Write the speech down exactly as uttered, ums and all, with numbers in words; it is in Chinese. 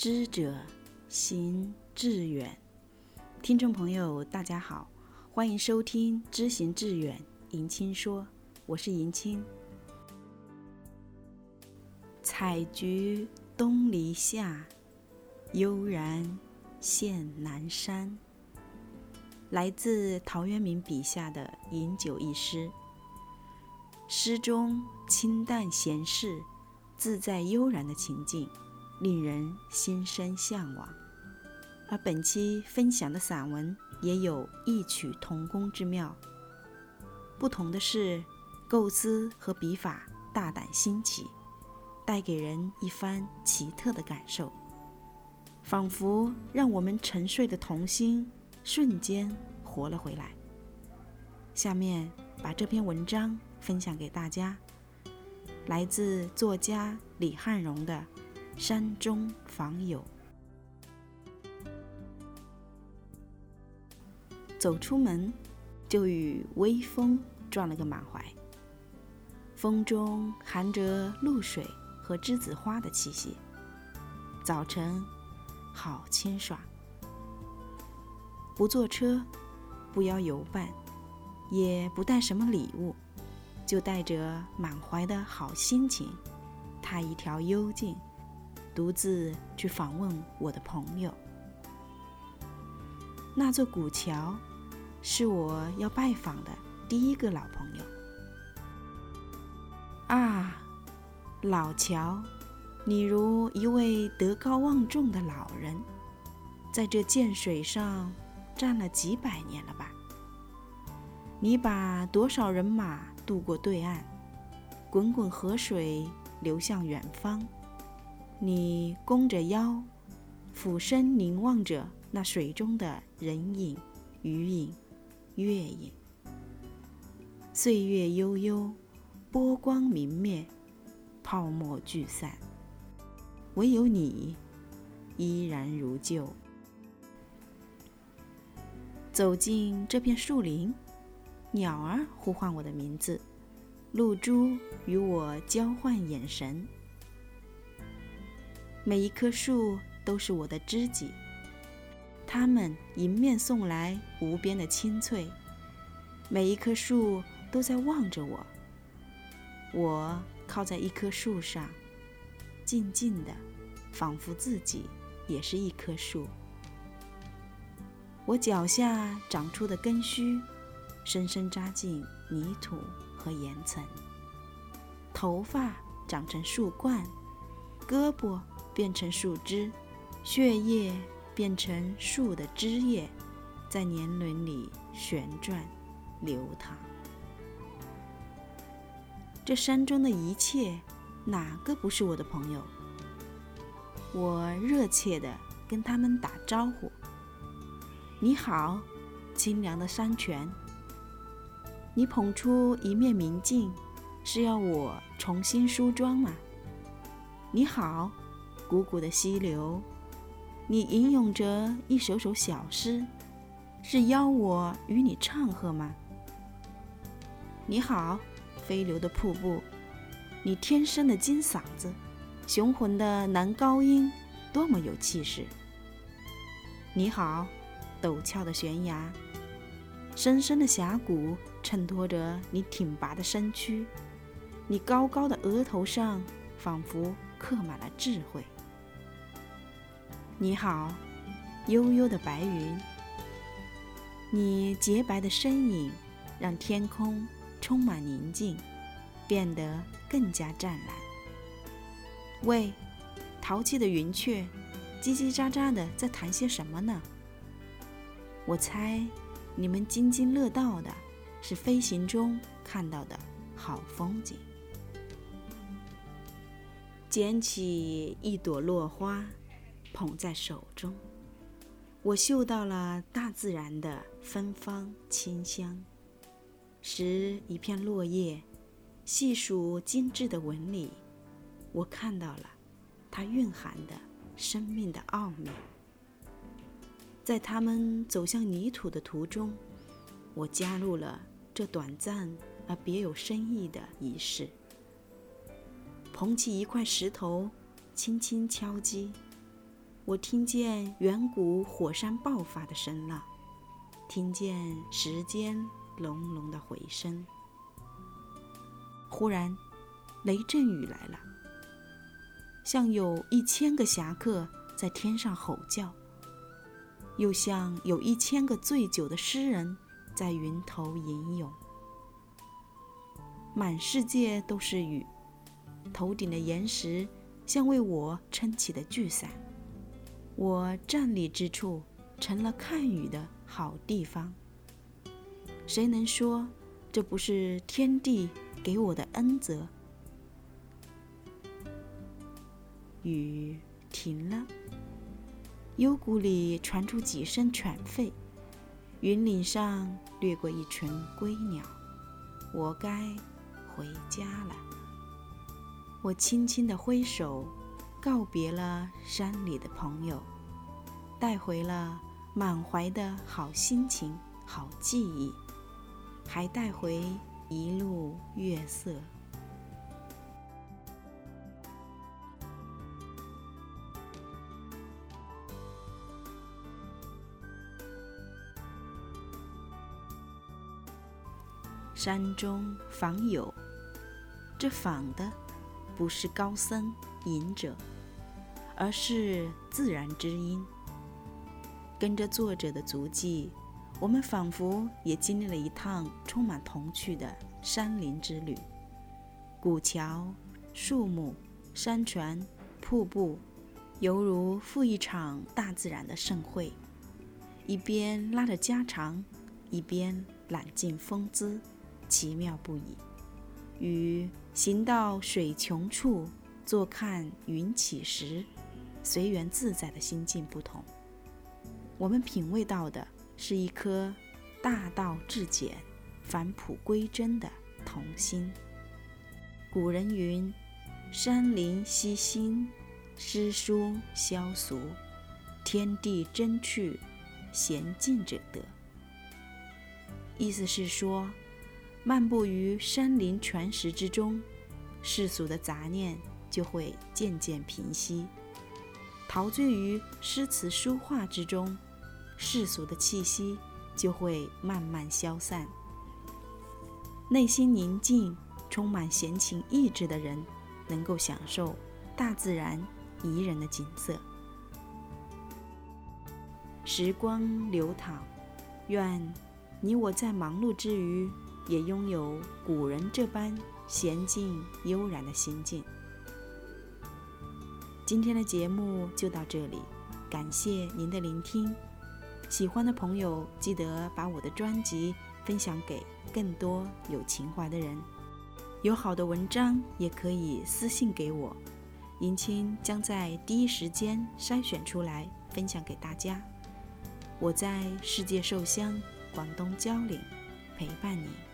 知者行致远。听众朋友大家好，欢迎收听知行致远迎亲说，我是迎亲。采菊东篱下，悠然见南山。来自陶渊明笔下的饮酒一诗，诗中清淡闲适、自在悠然的情境令人心生向往。而本期分享的散文也有异曲同工之妙，不同的是构思和笔法大胆新奇，带给人一番奇特的感受，仿佛让我们沉睡的童心瞬间活了回来。下面把这篇文章分享给大家，来自作家李汉荣的《山中访友》。走出门，就与微风撞了个满怀，风中含着露水和栀子花的气息，早晨好清爽。不坐车，不邀游伴，也不带什么礼物，就带着满怀的好心情，踏一条幽径，独自去访问我的朋友。那座古桥是我要拜访的第一个老朋友。啊，老桥，你如一位德高望重的老人，在这涧水上站了几百年了吧？你把多少人马渡过对岸，滚滚河水流向远方，你弓着腰，俯身凝望着那水中的人影、鱼影、月影。岁月悠悠，波光明灭，泡沫聚散，唯有你依然如旧。走进这片树林，鸟儿呼唤我的名字，露珠与我交换眼神。每一棵树都是我的知己，它们迎面送来无边的清脆，每一棵树都在望着我。我靠在一棵树上，静静的，仿佛自己也是一棵树。我脚下长出的根须深深扎进泥土和岩层，头发长成树冠，胳膊变成树枝，血液变成树的枝叶，在年轮里旋转流淌。这山中的一切，哪个不是我的朋友？我热切地跟他们打招呼。你好，清凉的山泉。你捧出一面明镜，是要我重新梳妆吗？你好，汩汩的溪流。你吟咏着一首首小诗，是邀我与你唱和吗？你好，飞流的瀑布。你天生的金嗓子，雄浑的男高音，多么有气势。你好，陡峭的悬崖。深深的峡谷衬托着你挺拔的身躯，你高高的额头上仿佛刻满了智慧。你好，悠悠的白云。你洁白的身影让天空充满宁静，变得更加湛蓝。喂，淘气的云雀，叽叽喳喳的在谈些什么呢？我猜你们津津乐道的是飞行中看到的好风景。捡起一朵落花，捧在手中，我嗅到了大自然的芬芳清香。拾一片落叶，细数精致的纹理，我看到了它蕴含的生命的奥秘。在他们走向泥土的途中，我加入了这短暂而别有深意的仪式。捧起一块石头，轻轻敲击， 我听见远古火山爆发的声浪，听见时间隆隆的回声。忽然，雷阵雨来了，像有一千个侠客在天上吼叫，又像有一千个醉酒的诗人在云头吟咏。满世界都是雨，头顶的岩石像为我撑起的巨伞，我站立之处成了看雨的好地方。谁能说这不是天地给我的恩泽？雨停了，幽谷里传出几声犬吠，云岭上掠过一群归鸟，我该回家了。我轻轻地挥手，告别了山里的朋友，带回了满怀的好心情、好记忆，还带回一路月色。山中访友，这访的不是高僧隐者，而是自然之音。跟着作者的足迹，我们仿佛也经历了一趟充满童趣的山林之旅。古桥、树木、山泉、瀑布，犹如赴一场大自然的盛会，一边拉着家常，一边揽尽风姿，奇妙不已。与行到水穷处，坐看云起时，随缘自在的心境不同。我们品味到的是一颗大道至简、返璞归真的童心。古人云：山林溪心，诗书萧俗，天地真趣，娴静者得。意思是说，漫步于山林泉石之中，世俗的杂念就会渐渐平息；陶醉于诗词书画之中，世俗的气息就会慢慢消散。内心宁静、充满闲情逸致的人，能够享受大自然宜人的景色。时光流淌，愿你我在忙碌之余，也拥有古人这般娴静悠然的心境。今天的节目就到这里，感谢您的聆听。喜欢的朋友记得把我的专辑分享给更多有情怀的人。有好的文章也可以私信给我，银青将在第一时间筛选出来分享给大家。我在世界寿乡广东蕉岭陪伴你。